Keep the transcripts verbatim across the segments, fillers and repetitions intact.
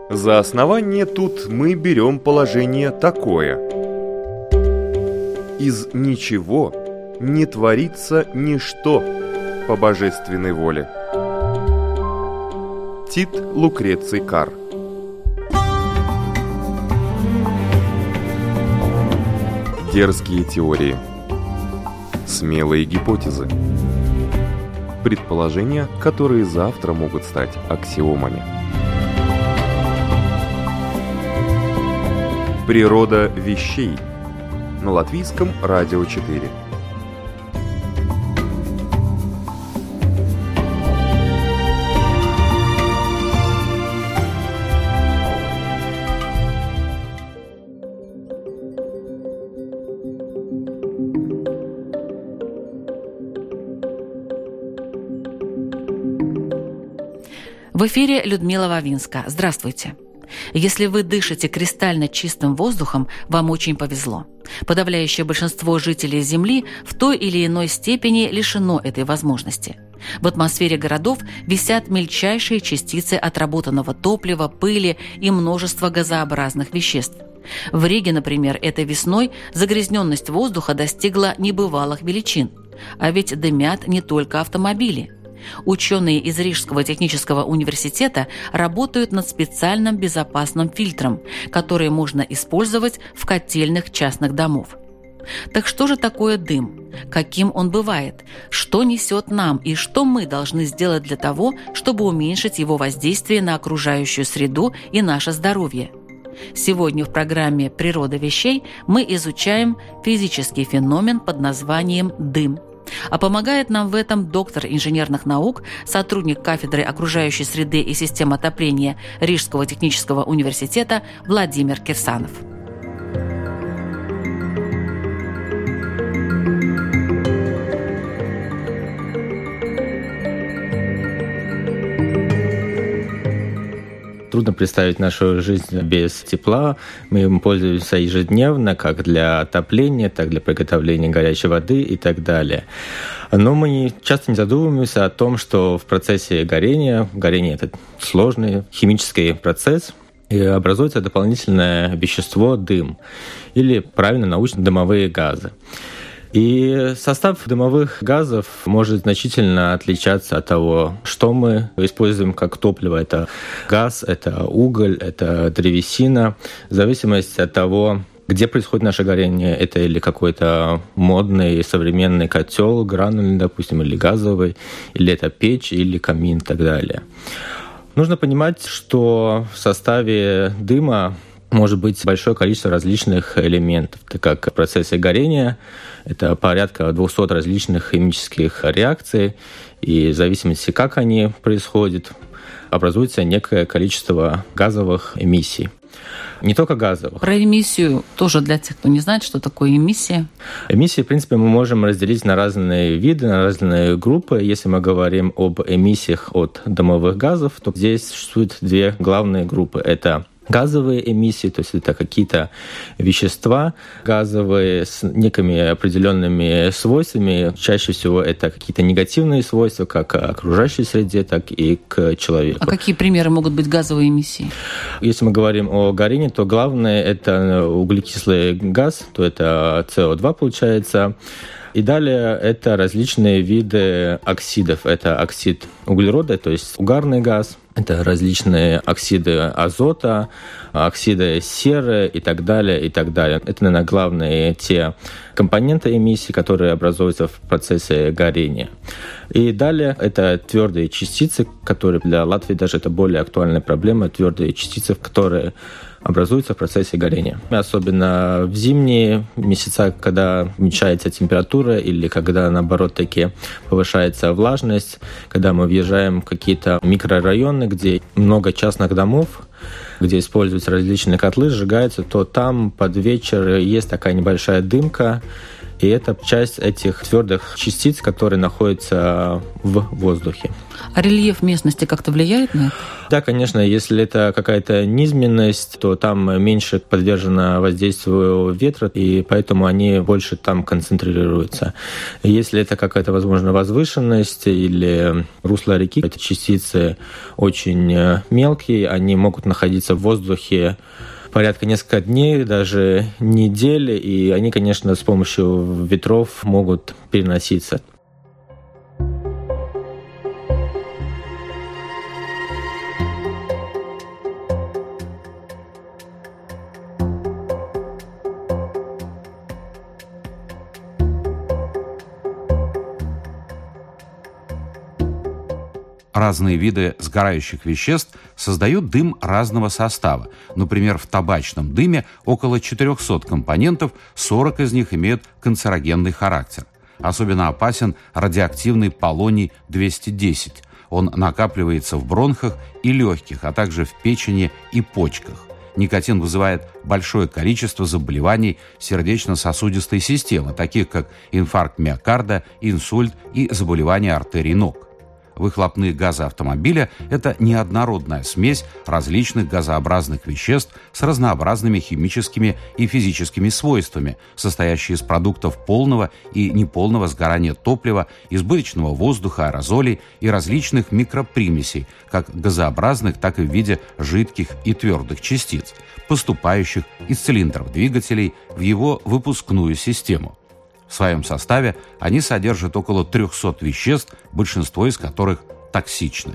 За основание тут мы берем положение такое. Из ничего не творится ничто по божественной воле. Тит Лукреций Кар. Дерзкие теории. Смелые гипотезы. Предположения, которые завтра могут стать аксиомами. Природа вещей. На Латвийском радио четыре. В эфире Людмила Вавинска. Здравствуйте. Если вы дышите кристально чистым воздухом, вам очень повезло. Подавляющее большинство жителей Земли в той или иной степени лишено этой возможности. В атмосфере городов висят мельчайшие частицы отработанного топлива, пыли и множество газообразных веществ. В Риге, например, этой весной загрязненность воздуха достигла небывалых величин. А ведь дымят не только автомобили. Ученые из Рижского технического университета работают над специальным безопасным фильтром, который можно использовать в котельных частных домов. Так что же такое дым? Каким он бывает? Что несет нам и что мы должны сделать для того, чтобы уменьшить его воздействие на окружающую среду и наше здоровье? Сегодня в программе «Природа вещей» мы изучаем физический феномен под названием «дым». А помогает нам в этом доктор инженерных наук, сотрудник кафедры окружающей среды и систем отопления Рижского технического университета Владимир Кирсанов. Трудно представить нашу жизнь без тепла. Мы им пользуемся ежедневно, как для отопления, так и для приготовления горячей воды и так далее. Но мы часто не задумываемся о том, что в процессе горения, горение — это сложный химический процесс, и образуется дополнительное вещество — дым, или, правильно, научно, дымовые газы. И состав дымовых газов может значительно отличаться от того, что мы используем как топливо. Это газ, это уголь, это древесина. В зависимости от того, где происходит наше горение, это или какой-то модный современный котел, гранульный, допустим, или газовый, или это печь, или камин и так далее. Нужно понимать, что в составе дыма может быть большое количество различных элементов, так как в процессе горения это порядка двухсот различных химических реакций, и в зависимости, как они происходят, образуется некое количество газовых эмиссий. Не только газовых. Про эмиссию тоже для тех, кто не знает, что такое эмиссия. Эмиссии, в принципе, мы можем разделить на разные виды, на разные группы. Если мы говорим об эмиссиях от дымовых газов, то здесь существуют две главные группы. Это газовые эмиссии, то есть это какие-то вещества газовые с некими определенными свойствами. Чаще всего это какие-то негативные свойства, как к окружающей среде, так и к человеку. А какие примеры могут быть газовой эмиссии? Если мы говорим о горении, то главное — это углекислый газ, то это си о два получается. И далее это различные виды оксидов. Это оксид углерода, то есть угарный газ. Это различные оксиды азота, оксиды серы и так далее, и так далее. Это, наверное, главные те компоненты эмиссии, которые образуются в процессе горения. И далее это твердые частицы, которые для Латвии даже это более актуальная проблема, твердые частицы, которые образуются в процессе горения. Особенно в зимние месяца, когда уменьшается температура или когда, наоборот, таки повышается влажность, когда мы въезжаем в какие-то микрорайоны, где много частных домов, где используются различные котлы, сжигаются, то там под вечер есть такая небольшая дымка, И это часть этих твердых частиц, которые находятся в воздухе. А рельеф местности как-то влияет на это? Да, конечно, если это какая-то низменность, то там меньше подвержено воздействию ветра, и поэтому они больше там концентрируются. Если это какая-то, возможно, возвышенность или русло реки, эти частицы очень мелкие, они могут находиться в воздухе порядка несколько дней, даже недели, и они, конечно, с помощью ветров могут переноситься. Разные виды сгорающих веществ создают дым разного состава. Например, в табачном дыме около четырехсот компонентов, сорок из них имеют канцерогенный характер. Особенно опасен радиоактивный полоний двести десять. Он накапливается в бронхах и легких, а также в печени и почках. Никотин вызывает большое количество заболеваний сердечно-сосудистой системы, таких как инфаркт миокарда, инсульт и заболевания артерий ног. Выхлопные газы автомобиля – это неоднородная смесь различных газообразных веществ с разнообразными химическими и физическими свойствами, состоящие из продуктов полного и неполного сгорания топлива, избыточного воздуха, аэрозолей и различных микропримесей, как газообразных, так и в виде жидких и твердых частиц, поступающих из цилиндров двигателей в его выпускную систему. В своем составе они содержат около трехсот веществ, большинство из которых токсичны.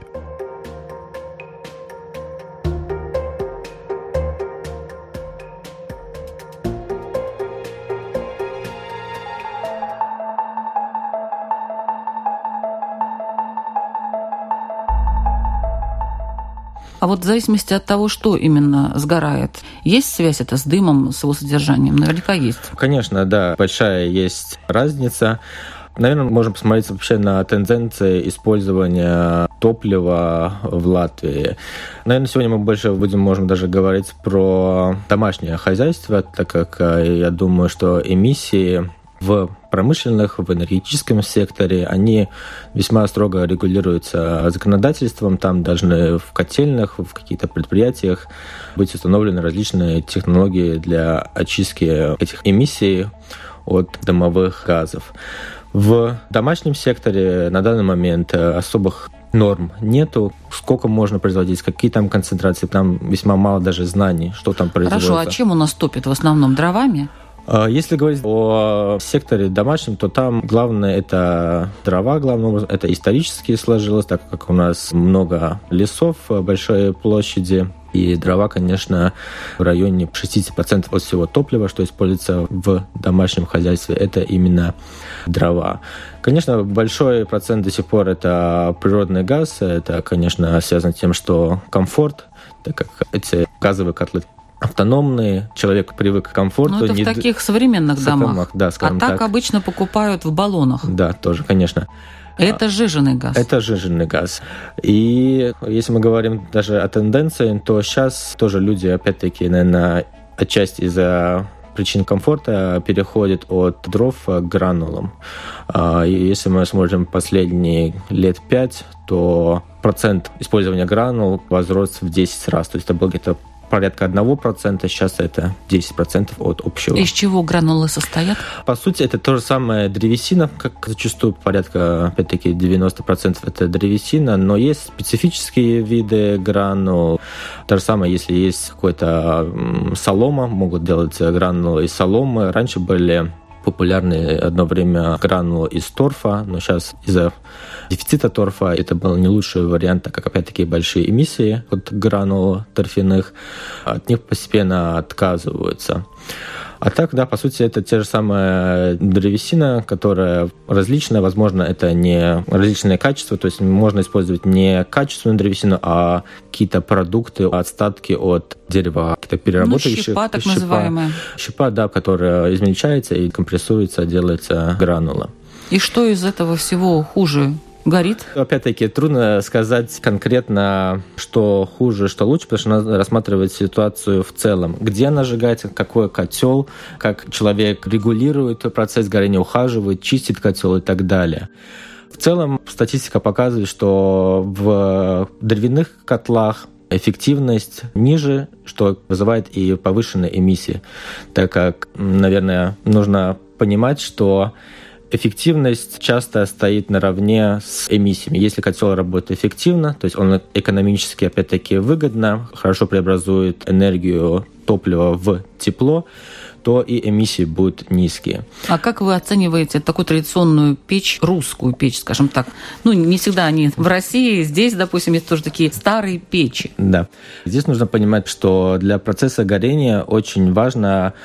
А вот в зависимости от того, что именно сгорает, есть связь это с дымом, с его содержанием? Наверняка есть. Конечно, да, большая есть разница. Наверное, можем посмотреть вообще на тенденции использования топлива в Латвии. Наверное, сегодня мы больше будем, можем даже говорить про домашнее хозяйство, так как я думаю, что эмиссии в промышленных, в энергетическом секторе, они весьма строго регулируются законодательством. Там должны в котельных, в каких-то предприятиях быть установлены различные технологии для очистки этих эмиссий от дымовых газов. В домашнем секторе на данный момент особых норм нету. Сколько можно производить, какие там концентрации, там весьма мало даже знаний, что там производится. Хорошо, а чем у нас топит? В основном дровами? Если говорить о секторе домашнем, то там главное это дрова, главным образом. Это исторически сложилось, так как у нас много лесов, большой площади. И дрова, конечно, в районе шестьдесят процентов от всего топлива, что используется в домашнем хозяйстве, это именно дрова. Конечно, большой процент до сих пор это природный газ. Это, конечно, связано с тем, что комфорт, так как эти газовые котлы автономные, человек привык к комфорту. Ну, это не в таких современных домах. домах, да, скажем а так, так обычно покупают в баллонах. Да, тоже, конечно. Это сжиженный газ. Это сжиженный газ. И если мы говорим даже о тенденции, то сейчас тоже люди, опять-таки, наверное, отчасти из-за причин комфорта переходят от дров к гранулам. И если мы смотрим последние лет пять, то процент использования гранул возрос в десять раз. То есть это было где-то порядка одного процента, сейчас это десять процентов от общего. Из чего гранулы состоят? По сути, это то же самое древесина, как зачастую порядка, опять-таки, девяносто процентов это древесина, но есть специфические виды гранул. То же самое, если есть какой-то солома, могут делать гранулы из соломы. Раньше были популярны одно время гранулы из торфа, но сейчас из-за дефицита торфа это был не лучший вариант, так как опять-таки большие эмиссии от гранул торфяных, от них постепенно отказываются. А так, да, по сути, это те же самые древесина, которая различная. Возможно, это не различные качества, то есть можно использовать не качественную древесину, а какие-то продукты, отстатки от дерева, какие-то переработающие. Ну, щепа, так щепа, называемая. Щепа, да, которая измельчается и компрессуется, делается гранула. И что из этого всего хуже? горит. Опять-таки, трудно сказать конкретно, что хуже, что лучше, потому что надо рассматривать ситуацию в целом. Где она сжигается, какой котел, как человек регулирует процесс горения, ухаживает, чистит котел и так далее. В целом, статистика показывает, что в дровяных котлах эффективность ниже, что вызывает и повышенные эмиссии, так как, наверное, нужно понимать, что эффективность часто стоит наравне с эмиссиями. Если котел работает эффективно, то есть он экономически, опять-таки, выгодно, хорошо преобразует энергию топлива в тепло, то и эмиссии будут низкие. А как вы оцениваете такую традиционную печь, русскую печь, скажем так? Ну, не всегда они в России, здесь, допустим, есть тоже такие старые печи. Да. Здесь нужно понимать, что для процесса горения очень важно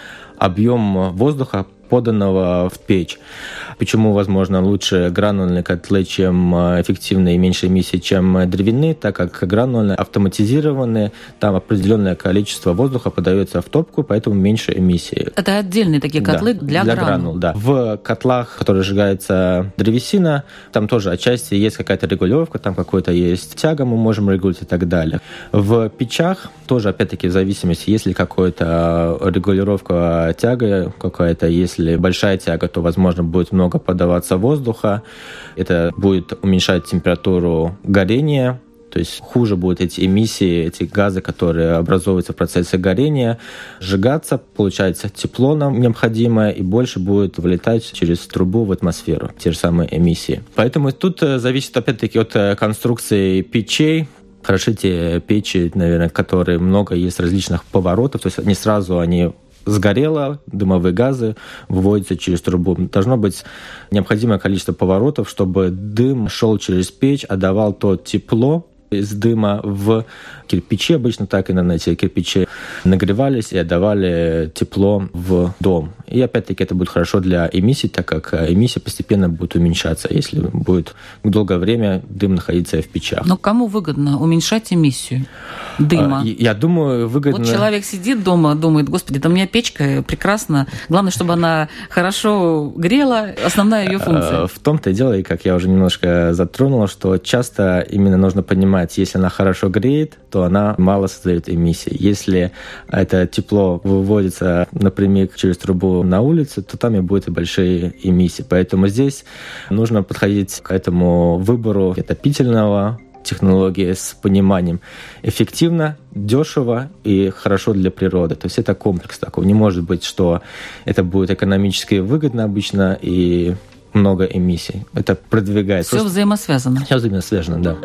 объем воздуха, поданного в печь. Почему, возможно, лучше гранульные котлы, чем эффективные и меньше эмиссии, чем древяные, так как гранульные автоматизированные, там определенное количество воздуха подается в топку, поэтому меньше эмиссии. Это отдельные такие котлы, да, для, для гранул. гранул. Да. В котлах, в которых сжигается древесина, там тоже отчасти есть какая-то регулировка, там какой-то есть тяга, мы можем регулировать и так далее. В печах тоже, опять-таки, в зависимости, есть ли какая-то регулировка тяги, какая-то, если большая тяга, то, возможно, будет много подаваться воздуха. Это будет уменьшать температуру горения, то есть хуже будут эти эмиссии, эти газы, которые образовываются в процессе горения, сжигаться, получается тепло нам необходимое, и больше будет вылетать через трубу в атмосферу, те же самые эмиссии. Поэтому тут зависит, опять-таки, от конструкции печей. Хороши те печи, наверное, которые много есть различных поворотов, то есть не сразу они сгорело, дымовые газы выводятся через трубу. Должно быть необходимое количество поворотов, чтобы дым шел через печь, отдавал то тепло из дыма в кирпичи. Обычно так и на эти кирпичи нагревались и отдавали тепло в дом. И опять-таки это будет хорошо для эмиссий, так как эмиссия постепенно будет уменьшаться, если будет долгое время дым находиться в печах. Но кому выгодно уменьшать эмиссию дыма? Я думаю, выгодно... Вот человек сидит дома, думает: господи, да у меня печка прекрасна, главное, чтобы она хорошо грела, основная ее функция. В том-то и дело, и как я уже немножко затронул, что часто именно нужно понимать, если она хорошо греет, то она мало создает эмиссий. Если это тепло выводится напрямик через трубу на улице, то там и будут и большие эмиссии. Поэтому здесь нужно подходить к этому выбору отопительного технологии с пониманием. Эффективно, дешево и хорошо для природы. То есть это комплекс такой. Не может быть, что это будет экономически выгодно обычно и много эмиссий. Это продвигает. Все Просто... взаимосвязано. Все взаимосвязано, да.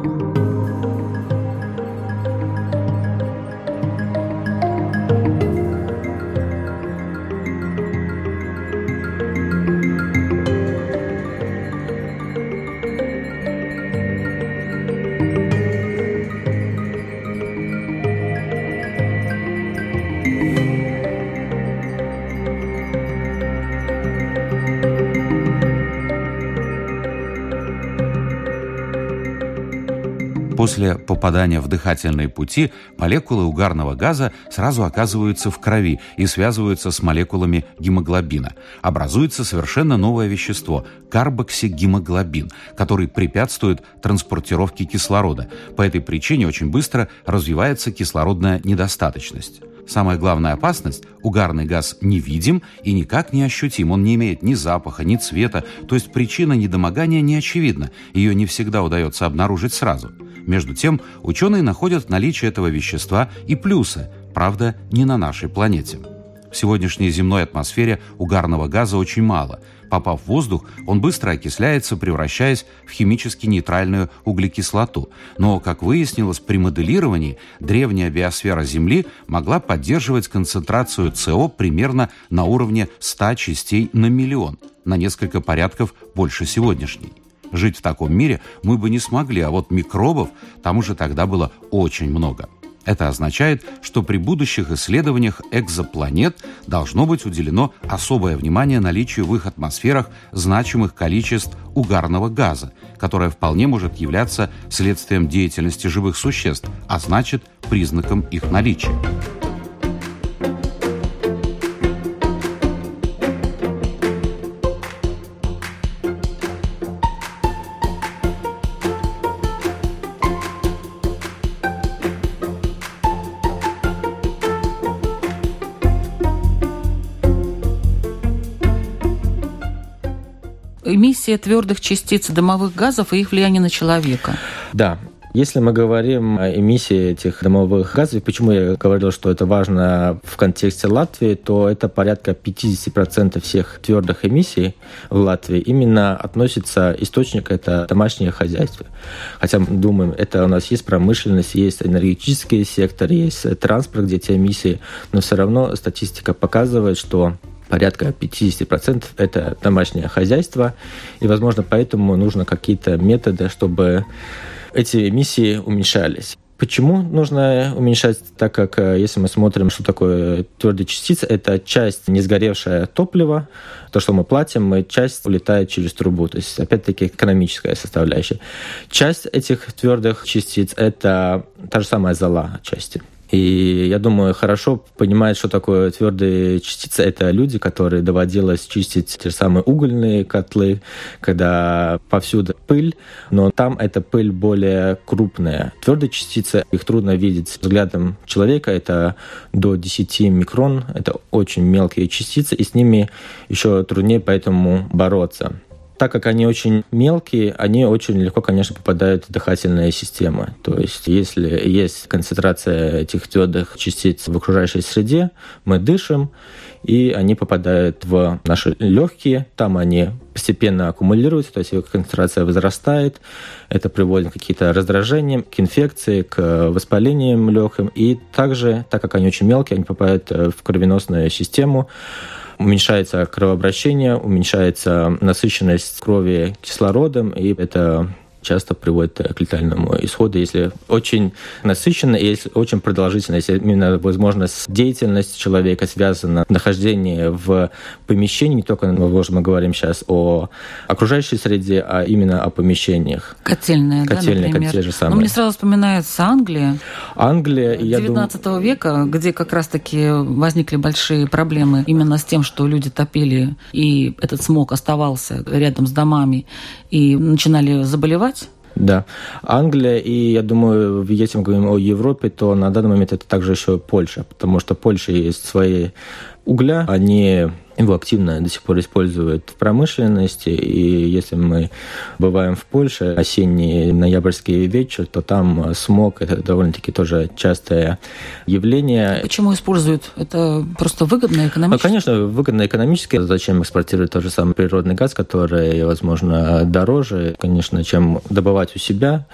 После попадания в дыхательные пути молекулы угарного газа сразу оказываются в крови и связываются с молекулами гемоглобина. Образуется совершенно новое вещество – карбоксигемоглобин, который препятствует транспортировке кислорода. По этой причине очень быстро развивается кислородная недостаточность. Самая главная опасность – угарный газ невидим и никак не ощутим. Он не имеет ни запаха, ни цвета, то есть причина недомогания не очевидна. Ее не всегда удается обнаружить сразу. Между тем, ученые находят в наличии этого вещества и плюсы, правда, не на нашей планете. В сегодняшней земной атмосфере угарного газа очень мало. Попав в воздух, он быстро окисляется, превращаясь в химически нейтральную углекислоту. Но, как выяснилось при моделировании, древняя биосфера Земли могла поддерживать концентрацию СО примерно на уровне ста частей на миллион, на несколько порядков больше сегодняшней. Жить в таком мире мы бы не смогли, а вот микробов там уже тогда было очень много. Это означает, что при будущих исследованиях экзопланет должно быть уделено особое внимание наличию в их атмосферах значимых количеств угарного газа, которое вполне может являться следствием деятельности живых существ, а значит, признаком их наличия. эмиссия твердых частиц дымовых газов и их влияние на человека. Да. Если мы говорим о эмиссии этих дымовых газов, почему я говорил, что это важно в контексте Латвии, то это порядка пятьдесят процентов всех твердых эмиссий в Латвии именно относится источник, это домашнее хозяйство. Хотя мы думаем, это у нас есть промышленность, есть энергетический сектор, есть транспорт, где эти эмиссии, но все равно статистика показывает, что порядка пятьдесят процентов это домашнее хозяйство, и, возможно, поэтому нужно какие-то методы, чтобы эти эмиссии уменьшались. Почему нужно уменьшать? Так как, если мы смотрим, что такое твердые частицы, это часть не сгоревшее топлива, то, что мы платим, и часть улетает через трубу. То есть, опять-таки, экономическая составляющая. Часть этих твердых частиц – это та же самая зола отчасти. И я думаю, хорошо понимают, что такое твердые частицы. Это люди, которые доводилось чистить те же самые угольные котлы, когда повсюду пыль, но там эта пыль более крупная. Твердые частицы, их трудно видеть взглядом человека, это до десяти микрон, это очень мелкие частицы, и с ними еще труднее поэтому бороться. Так как они очень мелкие, они очень легко, конечно, попадают в дыхательные системы. То есть, если есть концентрация этих твердых частиц в окружающей среде, мы дышим, и они попадают в наши легкие. Там они постепенно аккумулируются, то есть их концентрация возрастает. Это приводит к каким-то раздражениям, к инфекции, к воспалениям легким. И также, так как они очень мелкие, они попадают в кровеносную систему. Уменьшается кровообращение, уменьшается насыщенность крови кислородом, и это часто приводит к летальному исходу, если очень насыщенно и если очень продолжительно, если именно возможность деятельности человека связана с нахождением в помещении, не только, возможно, мы говорим сейчас о окружающей среде, а именно о помещениях. Котельная, Котельная, да, например. те же самые. Но мне сразу вспоминается Англия. Англия, я девятнадцатого века, где как раз-таки возникли большие проблемы именно с тем, что люди топили, и этот смог оставался рядом с домами, и начинали заболевать. Да. Англия, и я думаю, если мы говорим о Европе, то на данный момент это также еще Польша, потому что Польша есть свои угля, они его активно до сих пор используют в промышленности, и если мы бываем в Польше, осенний ноябрьский вечер, то там смог – это довольно-таки тоже частое явление. Почему используют? Это просто выгодно экономически? Ну, конечно, выгодно экономически. Зачем экспортировать тот же самый природный газ, который, возможно, дороже, конечно, чем добывать у себя.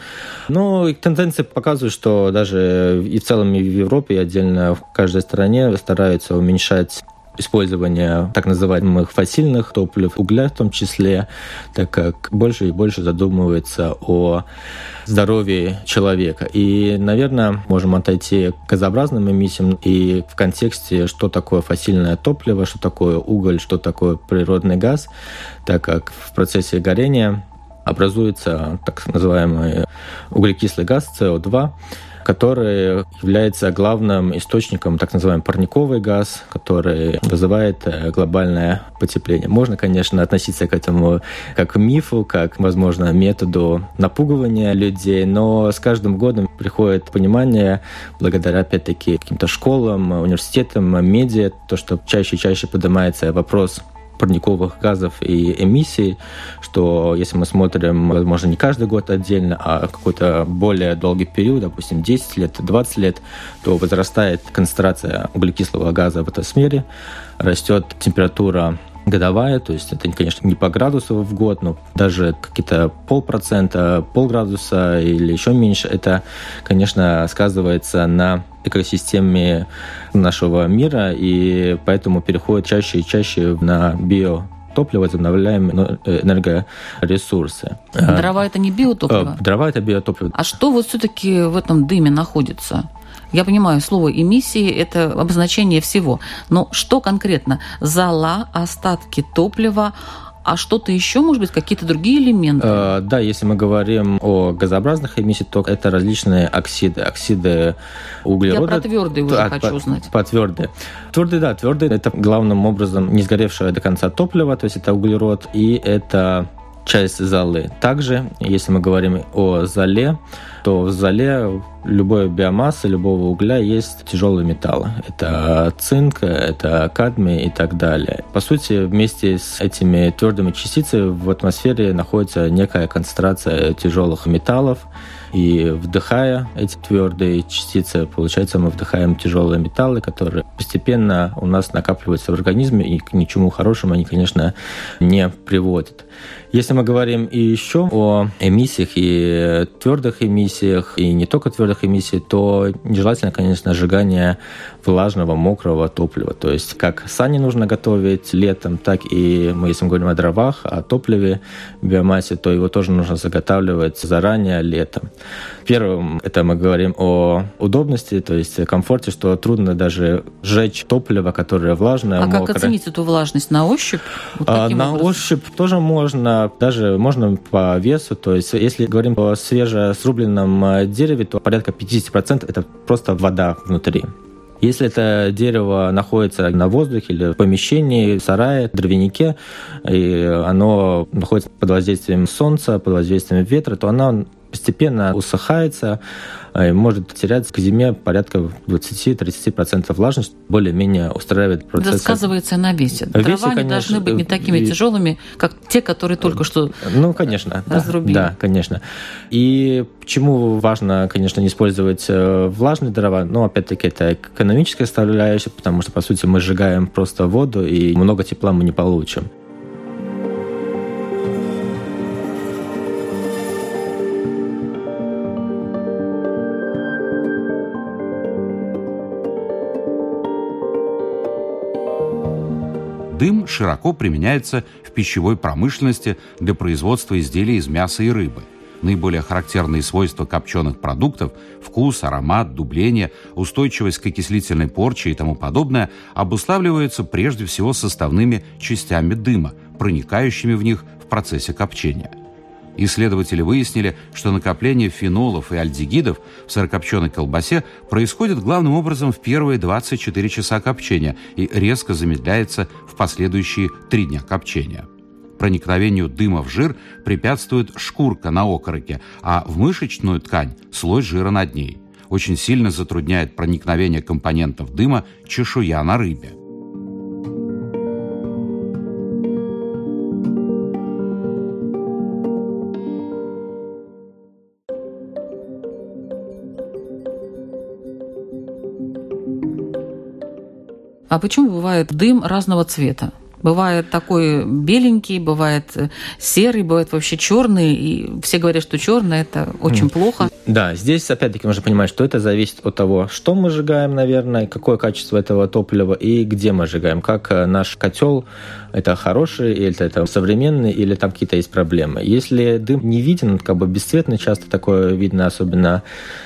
Но тенденции показывают, что даже и в целом и в Европе, и отдельно в каждой стране стараются уменьшать использование так называемых фосильных топлив, угля в том числе, так как больше и больше задумывается о здоровье человека. И, наверное, можем отойти к газообразным эмиссиям и в контексте, что такое фосильное топливо, что такое уголь, что такое природный газ, так как в процессе горения образуется так называемый углекислый газ, си о два, который является главным источником, так называемый парниковый газ, который вызывает глобальное потепление. Можно, конечно, относиться к этому как к мифу, как, возможно, методу напугивания людей, но с каждым годом приходит понимание, благодаря, опять-таки, каким-то школам, университетам, медиа, то, что чаще и чаще поднимается вопрос парниковых газов и эмиссий, что если мы смотрим, возможно, не каждый год отдельно, а какой-то более долгий период, допустим, десять лет, двадцать лет, то возрастает концентрация углекислого газа в атмосфере, растет температура годовая, то есть это, конечно, не по градусу в год, но даже какие-то полпроцента, полградуса или еще меньше, это, конечно, сказывается на экосистеме нашего мира, и поэтому переходит чаще и чаще на биотопливо, возобновляемые энергоресурсы. Дрова – это не биотопливо? Дрова – это биотопливо. А что вот все-таки в этом дыме находится? Я понимаю, слово «эмиссии» – это обозначение всего. Но что конкретно? Зола, остатки топлива, а что-то еще, может быть, какие-то другие элементы? Э, да, если мы говорим о газообразных эмиссиях, то это различные оксиды. Оксиды углерода. Я про твердые уже а, хочу по, узнать. По твердые. Твердые, да, твердые – это главным образом не сгоревшее до конца топливо, то есть это углерод, и это часть золы. Также, если мы говорим о золе, то в золе любой биомассы, любого угля есть тяжелые металлы. Это цинк, это кадмий и так далее. По сути, вместе с этими твердыми частицами в атмосфере находится некая концентрация тяжелых металлов. И вдыхая эти твердые частицы, получается, мы вдыхаем тяжелые металлы, которые постепенно у нас накапливаются в организме, и к ничему хорошему они, конечно, не приводят. Если мы говорим и еще о эмиссиях, и твердых эмиссиях, и не только твердых эмиссий, то нежелательно, конечно, сжигание влажного, мокрого топлива. То есть как сани нужно готовить летом, так и мы, если мы говорим о дровах, о топливе, биомассе, то его тоже нужно заготавливать заранее летом. Первым это мы говорим о удобности, то есть комфорте, что трудно даже сжечь топливо, которое влажное, а мокрое. А как оценить эту влажность? На ощупь? Вот а, на образом? Ощупь тоже можно, даже можно по весу. То есть если говорим о свежесрубленном дереве, то порядка пятьдесят процентов это просто вода внутри. Если это дерево находится на воздухе или в помещении, в сарае, дровянике, и оно находится под воздействием солнца, под воздействием ветра, то оно постепенно усыхается и может терять к зиме порядка двадцать-тридцать процентов влажности, более-менее устраивает процесс. Это сказывается на весе. Дрова весе, не конечно, должны быть не такими тяжелыми, как те, которые только что ну, конечно, разрубили. Да, да, конечно. И почему важно, конечно, не использовать влажные дрова? Ну, опять-таки, это экономическая составляющая, потому что, по сути, мы сжигаем просто воду, и много тепла мы не получим. Дым широко применяется в пищевой промышленности для производства изделий из мяса и рыбы. Наиболее характерные свойства копченых продуктов – вкус, аромат, дубление, устойчивость к окислительной порче и тому подобное – обуславливаются прежде всего составными частями дыма, проникающими в них в процессе копчения. Исследователи выяснили, что накопление фенолов и альдегидов в сырокопченой колбасе происходит главным образом в первые двадцать четыре часа копчения и резко замедляется в последующие три дня копчения. Проникновению дыма в жир препятствует шкурка на окороке, а в мышечную ткань – слой жира над ней. Очень сильно затрудняет проникновение компонентов дыма чешуя на рыбе. А почему бывает дым разного цвета? Бывает такой беленький, бывает серый, бывает вообще черный, и все говорят, что черный – это очень mm. плохо. Да, здесь опять-таки нужно понимать, что это зависит от того, что мы сжигаем, наверное, какое качество этого топлива и где мы сжигаем. Как наш котел – это хороший, или это современный, или там какие-то есть проблемы. Если дым не виден, как бы бесцветный, часто такое видно, особенно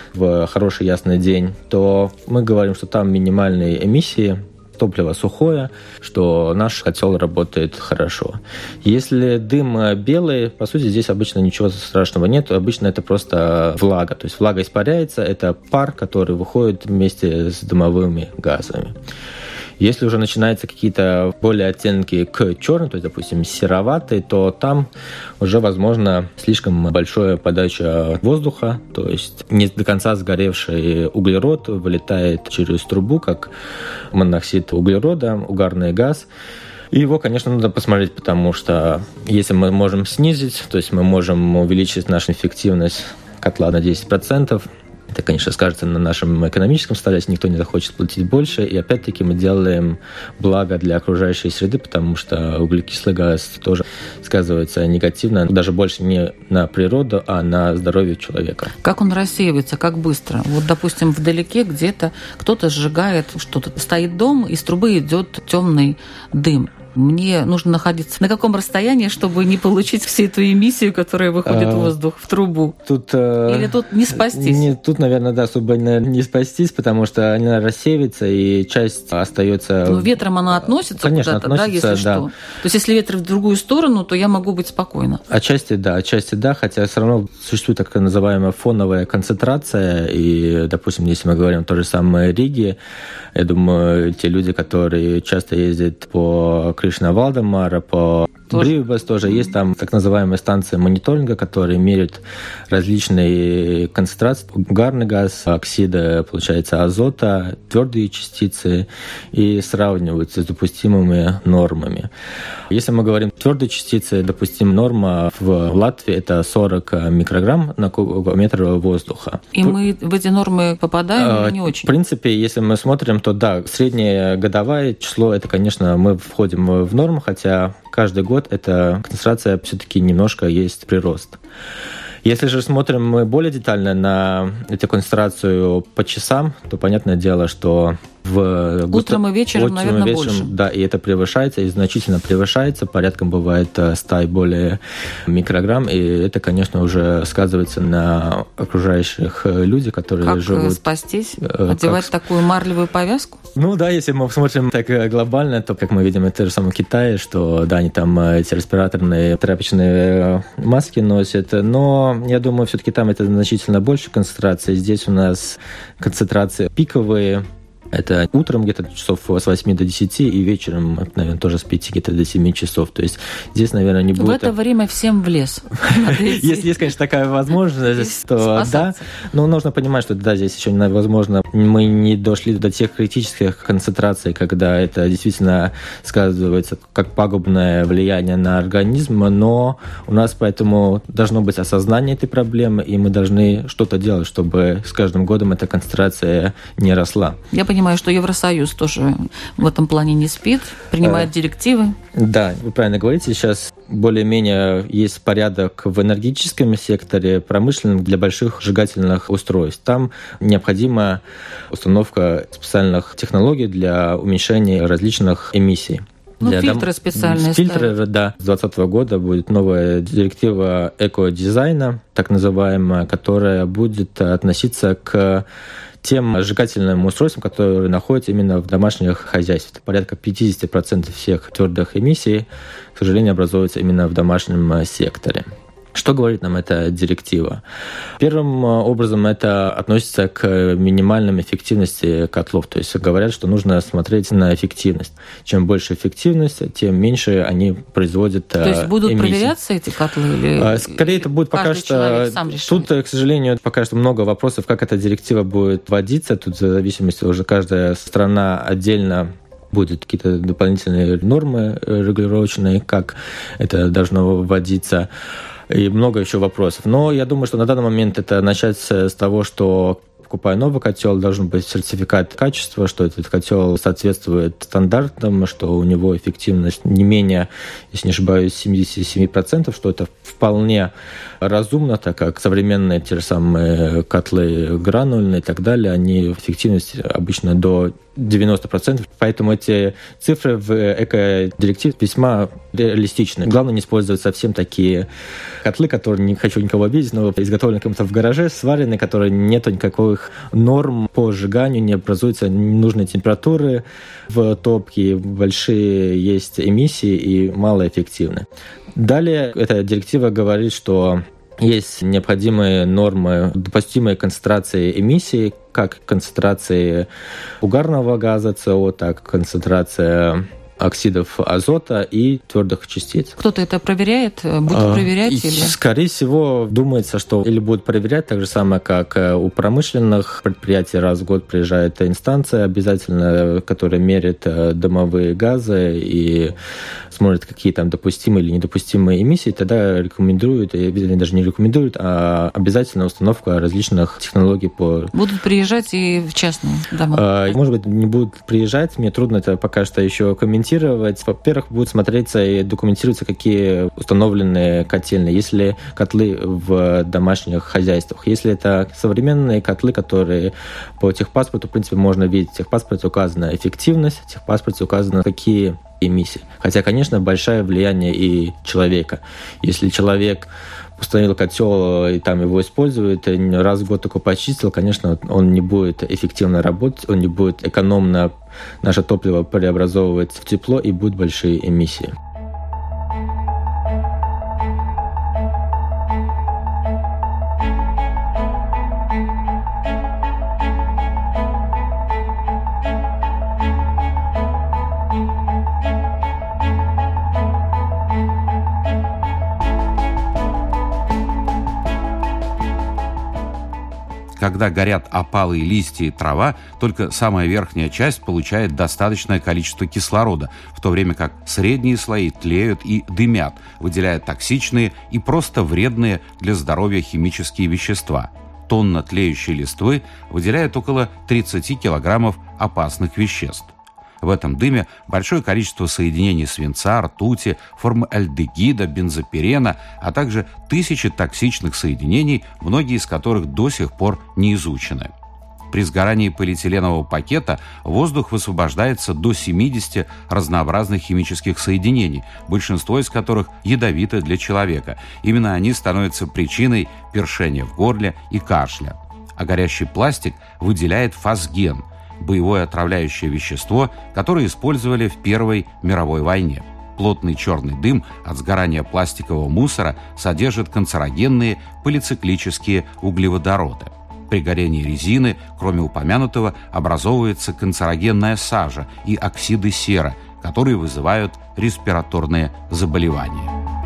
в хороший ясный день, то мы говорим, что там минимальные эмиссии, топливо сухое, что наш котел работает хорошо. Если дым белый, по сути, здесь обычно ничего страшного нет. Обычно это просто влага. То есть влага испаряется, это пар, который выходит вместе с дымовыми газами. Если уже начинаются какие-то более оттенки к черному, то есть, допустим, сероватый, то там уже, возможно, слишком большая подача воздуха, то есть не до конца сгоревший углерод вылетает через трубу, как моноксид углерода, угарный газ. И его, конечно, надо посмотреть, потому что если мы можем снизить, то есть мы можем увеличить нашу эффективность котла на десять процентов, это, конечно, скажется на нашем экономическом состоянии, никто не захочет платить больше. И опять-таки мы делаем благо для окружающей среды, потому что углекислый газ тоже сказывается негативно, даже больше не на природу, а на здоровье человека. Как он рассеивается, как быстро? Вот, допустим, вдалеке где-то кто-то сжигает что-то. Стоит дом, из трубы идет темный дым. Мне нужно находиться на каком расстоянии, чтобы не получить всю эту эмиссию, которая выходит а, в воздух, в трубу? Тут, Или тут не спастись? Не, тут, наверное, да, особо не спастись, потому что она рассеивается, и часть остается... Ну, ветром она относится Конечно, куда-то, относится, да, если да. что. То есть, если ветер в другую сторону, то я могу быть спокойна? Отчасти да, отчасти да, хотя все равно существует так называемая фоновая концентрация, и, допустим, если мы говорим о той же самой Риге, я думаю, те люди, которые часто ездят по Кришна Валдемара, по тоже. Бривибас тоже есть там так называемая станция мониторинга, которая меряет различные концентрации: угарный газ, оксиды, получается, азота, твердые частицы, и сравниваются с допустимыми нормами. Если мы говорим твердые частицы, допустимая норма в Латвии это сорок микрограмм на кубометр воздуха. И мы в эти нормы попадаем а, или не очень? В принципе, если мы смотрим, то да, среднее годовое число, это, конечно, мы входим в норму, хотя каждый год эта концентрация все-таки немножко есть прирост. Если же смотрим мы более детально на эту концентрацию по часам, то понятное дело, что в утром и вечером, утром наверное, и вечером, больше. Да, и это превышается, и значительно превышается, порядком бывает сто и более микрограмм, и это, конечно, уже сказывается на окружающих людях, которые как живут. Как спастись? Одевать как... такую марлевую повязку? Ну да, если мы смотрим так глобально, то, как мы видим, это же самое Китае, что да, они там эти респираторные тряпочные маски носят, но я думаю, все-таки там это значительно больше концентрации. Здесь у нас концентрации пиковые. Это утром где-то часов с восьми до десяти, и вечером, наверное, тоже с пяти где-то до семи часов. То есть здесь, наверное, не будет... В это время всем в лес. Если есть, конечно, такая возможность, то да. Но нужно понимать, что да, здесь еще невозможно. Мы не дошли до тех критических концентраций, когда это действительно сказывается как пагубное влияние на организм, но у нас поэтому должно быть осознание этой проблемы, и мы должны что-то делать, чтобы с каждым годом эта концентрация не росла. Я понимаю, что Евросоюз тоже в этом плане не спит, принимает а, директивы. Да, вы правильно говорите. Сейчас более-менее есть порядок в энергетическом секторе, промышленном, для больших сжигательных устройств. Там необходима установка специальных технологий для уменьшения различных эмиссий. Ну, для фильтры дом... специальные Фильтры, ставят. Да. С двадцатого года будет новая директива экодизайна, так называемая, которая будет относиться к тем сжигательным устройствам, которые находятся именно в домашних хозяйствах. Порядка пятьдесят процентов всех твердых эмиссий, к сожалению, образуются именно в домашнем секторе. Что говорит нам эта директива? Первым образом это относится к минимальной эффективности котлов. То есть говорят, что нужно смотреть на эффективность. Чем больше эффективность, тем меньше они производят эмиссий. То есть будут эмиссии. Проверяться эти котлы? Или скорее это будет пока что... Тут, к сожалению, пока что много вопросов, как эта директива будет вводиться. Тут в зависимости уже каждая страна отдельно будут какие-то дополнительные нормы регулировочные, как это должно вводиться. И много еще вопросов. Но я думаю, что на данный момент это начать с того, что, покупая новый котел, должен быть сертификат качества, что этот котел соответствует стандартам, что у него эффективность не менее, если не ошибаюсь, семьдесят семь процентов, что это вполне разумно, так как современные те же самые котлы гранульные и так далее, они эффективность обычно до девяносто процентов. Поэтому эти цифры в эко-директиве весьма реалистичны. Главное не использовать совсем такие котлы, которые, не хочу никого обидеть, но изготовлены кем-то в гараже, сваренные, которые нету никаких норм по сжиганию, не образуются нужной температуры в топке, большие есть эмиссии и малоэффективны. Далее эта директива говорит, что есть необходимые нормы допустимой концентрации эмиссий, как концентрации угарного газа СО, так и концентрация оксидов азота и твердых частиц. Кто-то это проверяет? Будет проверять? А, или? Скорее всего, думается, что или будут проверять так же самое, как у промышленных предприятий. Раз в год приезжает инстанция обязательно, которая меряет дымовые газы и смотрит, какие там допустимые или недопустимые эмиссии. Тогда рекомендуют, или даже не рекомендуют, а обязательно установка различных технологий по... Будут приезжать и в частные дома? А, может быть, не будут приезжать. Мне трудно это пока что еще комментировать. Во-первых, будет смотреться и документироваться, какие установлены котельные, если котлы в домашних хозяйствах. Если это современные котлы, которые по техпаспорту, в принципе, можно видеть. В техпаспорте указана эффективность, в техпаспорте указано, какие эмиссии. Хотя, конечно, большое влияние и человека. Если человек установил котел и там его использует, раз в год только почистил, конечно, он не будет эффективно работать, он не будет экономно наше топливо преобразовывать в тепло, и будут большие эмиссии. когда горят опалые листья и трава, только самая верхняя часть получает достаточное количество кислорода, в то время как средние слои тлеют и дымят, выделяя токсичные и просто вредные для здоровья химические вещества. Тонна тлеющей листвы выделяет около тридцать килограммов опасных веществ. В этом дыме большое количество соединений свинца, ртути, формальдегида, бензопирена, а также тысячи токсичных соединений, многие из которых до сих пор не изучены. При сгорании полиэтиленового пакета воздух высвобождается до семидесяти разнообразных химических соединений, большинство из которых ядовиты для человека. Именно они становятся причиной першения в горле и кашля. А горящий пластик выделяет фосген – боевое отравляющее вещество, которое использовали в Первой мировой войне. Плотный черный дым от сгорания пластикового мусора содержит канцерогенные полициклические углеводороды. При горении резины, кроме упомянутого, образовывается канцерогенная сажа и оксиды сера, которые вызывают респираторные заболевания.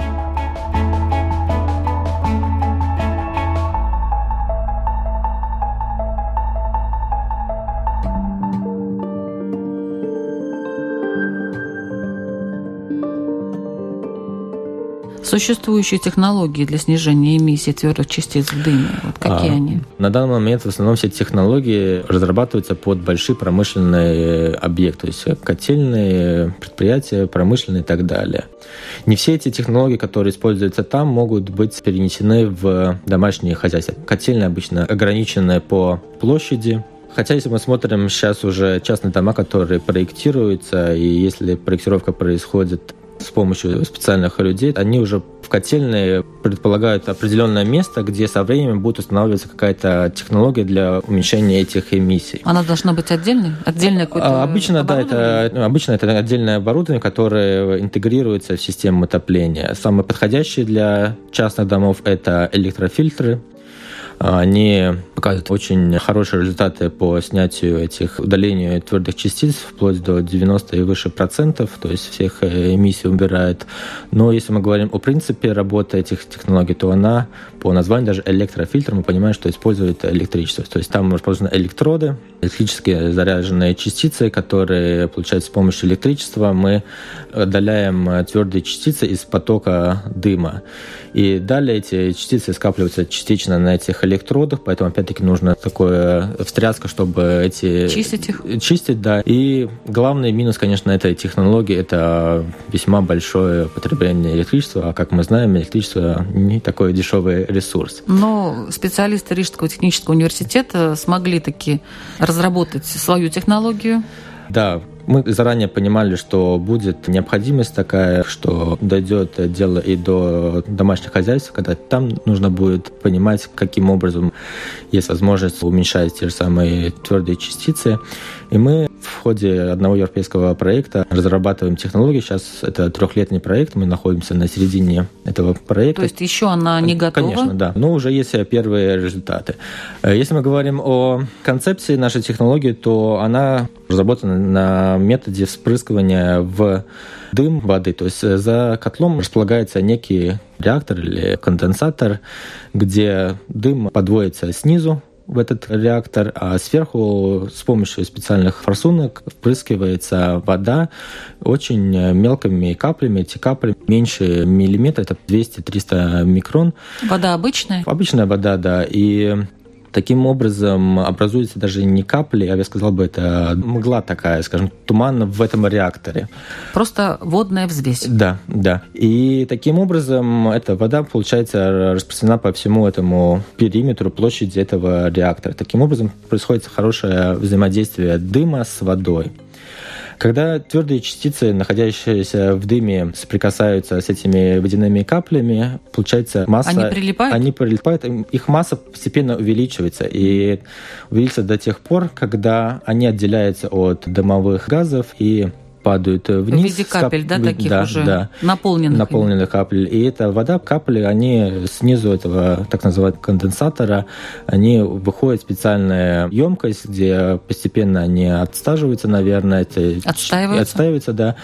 Существующие технологии для снижения эмиссии твердых частиц в дыме, вот какие а, они? На данный момент в основном все технологии разрабатываются под большие промышленные объекты, то есть котельные предприятия, промышленные и так далее. Не все эти технологии, которые используются там, могут быть перенесены в домашние хозяйства. Котельная обычно ограниченная по площади. Хотя, если мы смотрим сейчас уже частные дома, которые проектируются, и если проектировка происходит с помощью специальных людей, они уже в котельной предполагают определенное место, где со временем будет устанавливаться какая-то технология для уменьшения этих эмиссий. Она должна быть отдельной? Отдельное какое-то обычно, да, это, обычно это отдельное оборудование, которое интегрируется в систему отопления. Самые подходящие для частных домов – это электрофильтры. Они показывают очень хорошие результаты по снятию этих, удалению твердых частиц, вплоть до девяноста и выше процентов, то есть всех эмиссий убирает. Но если мы говорим о принципе работы этих технологий, то она по названию даже электрофильтр, мы понимаем, что использует электричество. То есть там расположены электроды, электрически заряженные частицы, которые получаются с помощью электричества. Мы отдаляем твердые частицы из потока дыма. И далее эти частицы скапливаются частично на этих электродах, поэтому опять-таки нужна такая встряска, чтобы эти... Чистить их? Чистить, да. И главный минус, конечно, этой технологии – это весьма большое потребление электричества. А как мы знаем, электричество не такой дешевый ресурс. Но специалисты Рижского технического университета смогли таки разработать свою технологию. Да, мы заранее понимали, что будет необходимость такая, что дойдет дело и до домашних хозяйств, когда там нужно будет понимать, каким образом есть возможность уменьшать те же самые твердые частицы. И мы в ходе одного европейского проекта разрабатываем технологии. Сейчас это трехлетний проект, мы находимся на середине этого проекта. То есть еще она не готова? Конечно, да. Но уже есть первые результаты. Если мы говорим о концепции нашей технологии, то она разработана на методе вспрыскивания в дым воды. То есть за котлом располагается некий реактор или конденсатор, где дым подводится снизу в этот реактор, а сверху с помощью специальных форсунок впрыскивается вода очень мелкими каплями. Эти капли меньше миллиметра, это двести-триста микрон. Вода обычная? Обычная вода, да. И таким образом образуется даже не капли, а я сказал бы, это мгла такая, скажем, туман в этом реакторе. Просто водная взвесь. Да, да. И таким образом эта вода, получается, распространена по всему этому периметру площади этого реактора. Таким образом происходит хорошее взаимодействие дыма с водой. Когда твердые частицы, находящиеся в дыме, соприкасаются с этими водяными каплями, получается масса... Они прилипают? Они прилипают, их масса постепенно увеличивается. И увеличивается до тех пор, когда они отделяются от дымовых газов и падают вниз. В виде капель, кап... да, таких да, уже да. наполненных? Наполненных капель. И эта вода, капли, они снизу этого так называемого конденсатора, они выходят в специальную емкость, где постепенно они отстаживаются, наверное. Отстаиваются? Отстаиваются, да,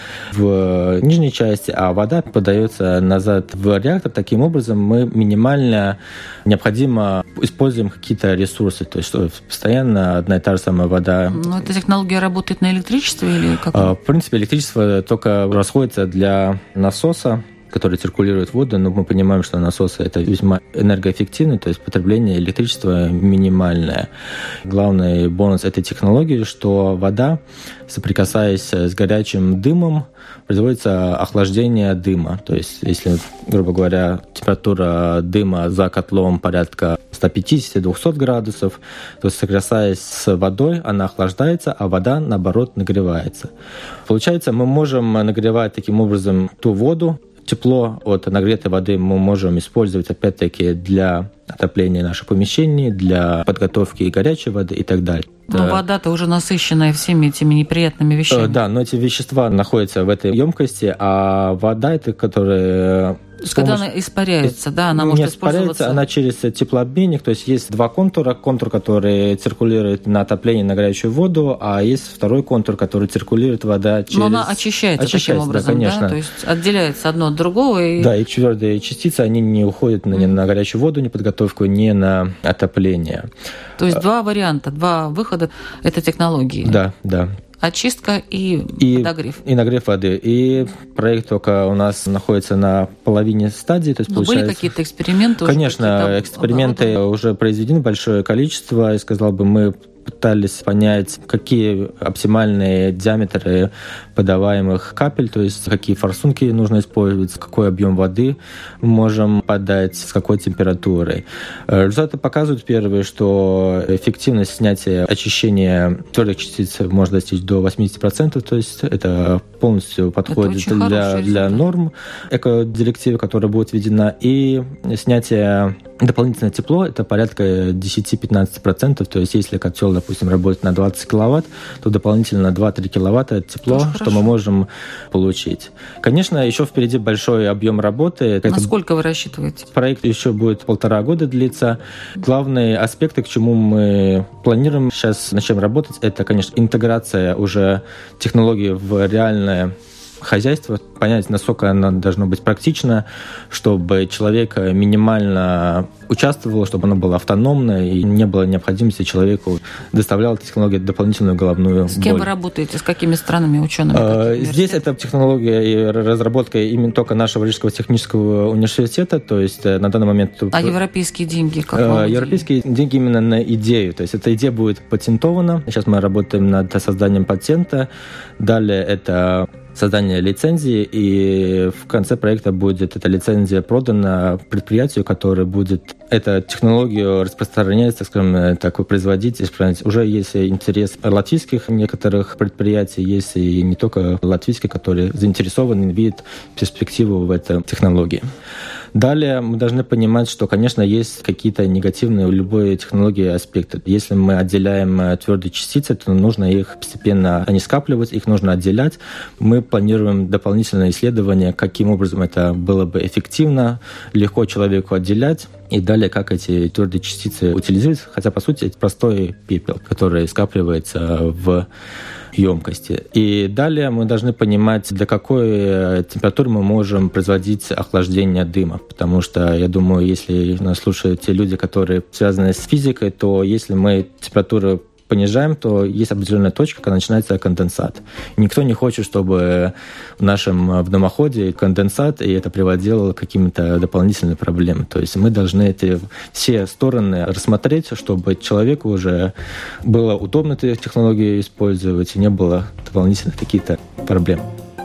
в нижней части, а вода подается назад в реактор. Таким образом, мы минимально необходимо используем какие-то ресурсы, то есть что постоянно одна и та же самая вода. Но эта технология работает на электричестве или как? В принципе, электричество только расходится для насоса, который циркулирует воду, но мы понимаем, что насосы это весьма энергоэффективно, то есть потребление электричества минимальное. Главный бонус этой технологии, что вода, соприкасаясь с горячим дымом, производится охлаждение дыма. То есть, если, грубо говоря, температура дыма за котлом порядка сто пятьдесят - двести градусов, то, соприкасаясь с водой, она охлаждается, а вода, наоборот, нагревается. Получается, мы можем нагревать таким образом ту воду, тепло от нагретой воды мы можем использовать, опять-таки, для отопления наших помещений, для подготовки горячей воды и так далее. Но вода-то уже насыщенная всеми этими неприятными вещами. Да, но эти вещества находятся в этой емкости, а вода, это которая... То есть, когда она испаряется, да, она может не использоваться... испаряется, она через теплообменник, то есть есть два контура. Контур, который циркулирует на отопление, на горячую воду, а есть второй контур, который циркулирует вода через... Но она очищается, очищается таким образом, да, конечно. Да? То есть отделяется одно от другого. И... Да, и твердые частицы, они не уходят ни на горячую воду, ни подготовку, ни на отопление. То есть два варианта, два выхода этой технологии. Да, да. Очистка и, и подогрев. И нагрев воды. И проект только у нас находится на половине стадии. То есть, Но получается... были какие-то эксперименты? Конечно, уже эксперименты уже произведены большое количество. Я сказал бы, мы пытались понять, какие оптимальные диаметры подаваемых капель, то есть какие форсунки нужно использовать, какой объем воды мы можем подать, с какой температурой. Результаты показывают первые, что эффективность снятия очищения твердых частиц можно достичь до восемьдесят процентов, то есть это полностью подходит это для, для норм экодирективы, которая будет введена, и снятие дополнительное тепло это порядка десять-пятнадцать процентов, то есть если котел, допустим, работает на двадцать киловатт, то дополнительно два-три киловатта тепло, тоже что хорошо. Мы можем получить. Конечно, еще впереди большой объем работы. На сколько вы рассчитываете? Проект еще будет полтора года длиться. Главные аспекты, к чему мы планируем сейчас начнем работать, это, конечно, интеграция уже технологий в реальное хозяйство, понять, насколько оно должно быть практично, чтобы человек минимально участвовал, чтобы оно было автономно и не было необходимости человеку доставляла технология дополнительную головную боль. С кем вы работаете? С какими странами, учеными? Здесь это технология и разработка именно только нашего Рижского технического университета, то есть на данный момент... А европейские деньги? Как европейские деньги именно на идею, то есть эта идея будет патентована. Сейчас мы работаем над созданием патента. Далее это создание лицензии, и в конце проекта будет эта лицензия продана предприятию, которое будет эту технологию распространять, так скажем, так производить. Уже есть интерес латвийских некоторых предприятий, есть и не только латвийские, которые заинтересованы, видят перспективу в этой технологии. Далее мы должны понимать, что, конечно, есть какие-то негативные у любой технологии аспекты. Если мы отделяем твердые частицы, то нужно их постепенно, они скапливать, их нужно отделять. Мы планируем дополнительные исследования, каким образом это было бы эффективно, легко человеку отделять. И далее, как эти твердые частицы утилизируются. Хотя, по сути, это простой пепел, который скапливается в емкости. И далее мы должны понимать, до какой температуры мы можем производить охлаждение дыма. Потому что, я думаю, если нас слушают те люди, которые связаны с физикой, то если мы температуру понижаем, то есть определенная точка, когда начинается конденсат. Никто не хочет, чтобы в нашем в дымоходе конденсат, и это приводило к каким-то дополнительным проблемам. То есть мы должны эти все стороны рассмотреть, чтобы человеку уже было удобно эту технологию использовать, и не было дополнительных каких-то проблем.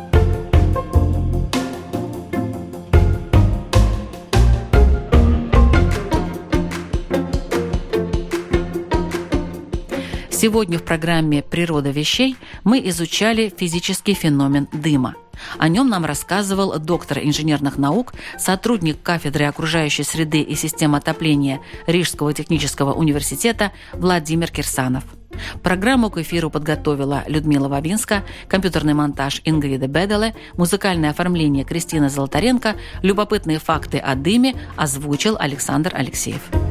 Сегодня в программе «Природа вещей» мы изучали физический феномен дыма. О нем нам рассказывал доктор инженерных наук, сотрудник кафедры окружающей среды и систем отопления Рижского технического университета Владимир Кирсанов. Программу к эфиру подготовила Людмила Вавинска, компьютерный монтаж Ингрида Беделе, музыкальное оформление Кристина Золотаренко, любопытные факты о дыме озвучил Александр Алексеев.